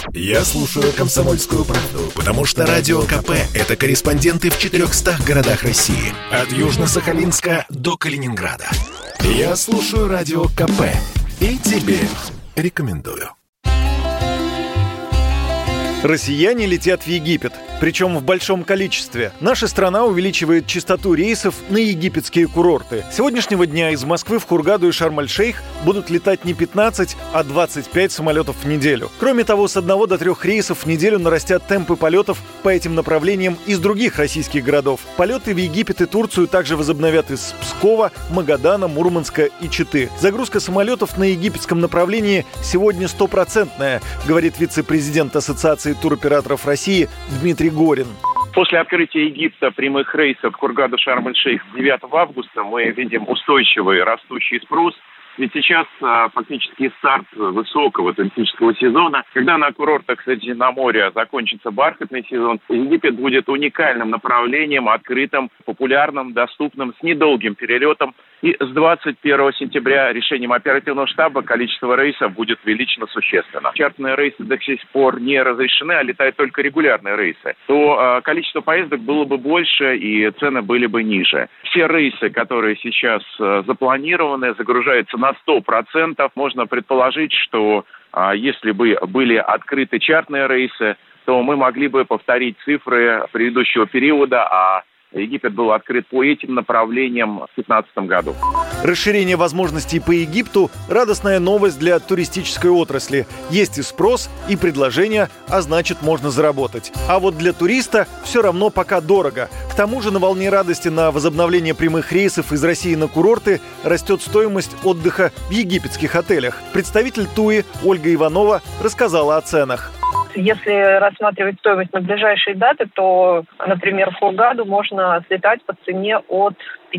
Я слушаю «Комсомольскую правду», потому что Радио КП – это корреспонденты в 400 городах России. От Южно-Сахалинска до Калининграда. Я слушаю Радио КП и тебе рекомендую. Россияне летят в Египет, причем в большом количестве. Наша страна увеличивает частоту рейсов на египетские курорты. С сегодняшнего дня из Москвы в Хургаду и Шарм-эль-Шейх будут летать не 15, а 25 самолетов в неделю. Кроме того, с 1 до 3 рейсов в неделю нарастят темпы полетов по этим направлениям из других российских городов. Полеты в Египет и Турцию также возобновят из Пскова, Магадана, Мурманска и Читы. Загрузка самолетов на египетском направлении сегодня 100%, говорит вице-президент Ассоциации туроператоров России Дмитрий Горин. После открытия Египта прямых рейсов Хургаду Шарм-эль-Шейх 9 августа мы видим устойчивый растущий спрос. Ведь сейчас фактически старт высокого туристического сезона. Когда на курортах Средиземноморья закончится бархатный сезон, Египет будет уникальным направлением, открытым, популярным, доступным, с недолгим перелетом. И с 21 сентября решением оперативного штаба количество рейсов будет увеличено существенно. Чартерные рейсы до сих пор не разрешены, а летают только регулярные рейсы. То количество поездок было бы больше и цены были бы ниже. Все рейсы, которые сейчас запланированы, загружаются на 100%. Можно предположить, что если бы были открыты чартерные рейсы, то мы могли бы повторить цифры предыдущего периода, а Египет был открыт по этим направлениям в 2015 году. Расширение возможностей по Египту – радостная новость для туристической отрасли. Есть и спрос, и предложение, а значит, можно заработать. А вот для туриста все равно пока дорого. К тому же на волне радости на возобновление прямых рейсов из России на курорты растет стоимость отдыха в египетских отелях. Представитель ТУИ Ольга Иванова рассказала о ценах. Если рассматривать стоимость на ближайшие даты, то, например, в Хургаду можно слетать по цене от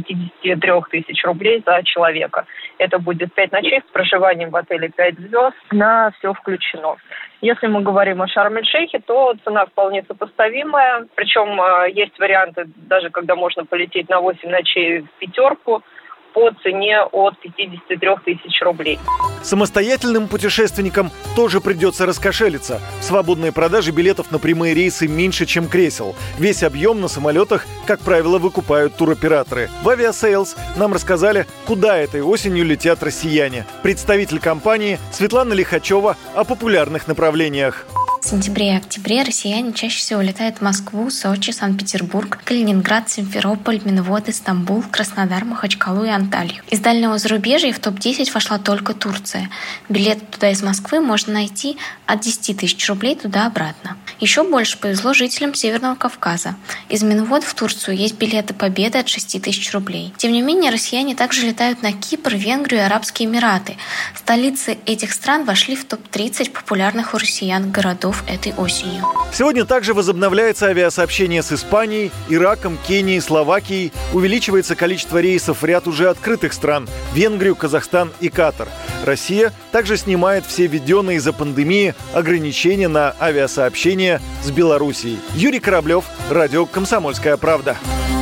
53 тысяч рублей за человека. Это будет 5 ночей с проживанием в отеле 5 звезд, на все включено. Если мы говорим о Шарм-эль-Шейхе, то цена вполне сопоставимая. Причем есть варианты, даже когда можно полететь на 8 ночей в пятерку, по цене от 53 тысяч рублей. Самостоятельным путешественникам тоже придется раскошелиться. В свободной продаже билетов на прямые рейсы меньше, чем кресел. Весь объем на самолетах, как правило, выкупают туроператоры. В Aviasales нам рассказали, куда этой осенью летят россияне. Представитель компании Светлана Лихачева о популярных направлениях. В сентябре и октябре россияне чаще всего летают в Москву, Сочи, Санкт-Петербург, Калининград, Симферополь, Минвод, Стамбул, Краснодар, Махачкалу и Анталью. Из дальнего зарубежья в топ-10 вошла только Турция. Билеты туда из Москвы можно найти от 10 тысяч рублей туда-обратно. Еще больше повезло жителям Северного Кавказа. Из Минвод в Турцию есть билеты Победы от 6 тысяч рублей. Тем не менее, россияне также летают на Кипр, Венгрию и Арабские Эмираты. Столицы этих стран вошли в топ-30 популярных у россиян городов этой осенью. Сегодня также возобновляется авиасообщение с Испанией, Ираком, Кенией, Словакией. Увеличивается количество рейсов в ряд уже открытых стран – Венгрию, Казахстан и Катар. Россия также снимает все введенные из-за пандемии ограничения на авиасообщение с Белоруссией. Юрий Кораблев, радио «Комсомольская правда».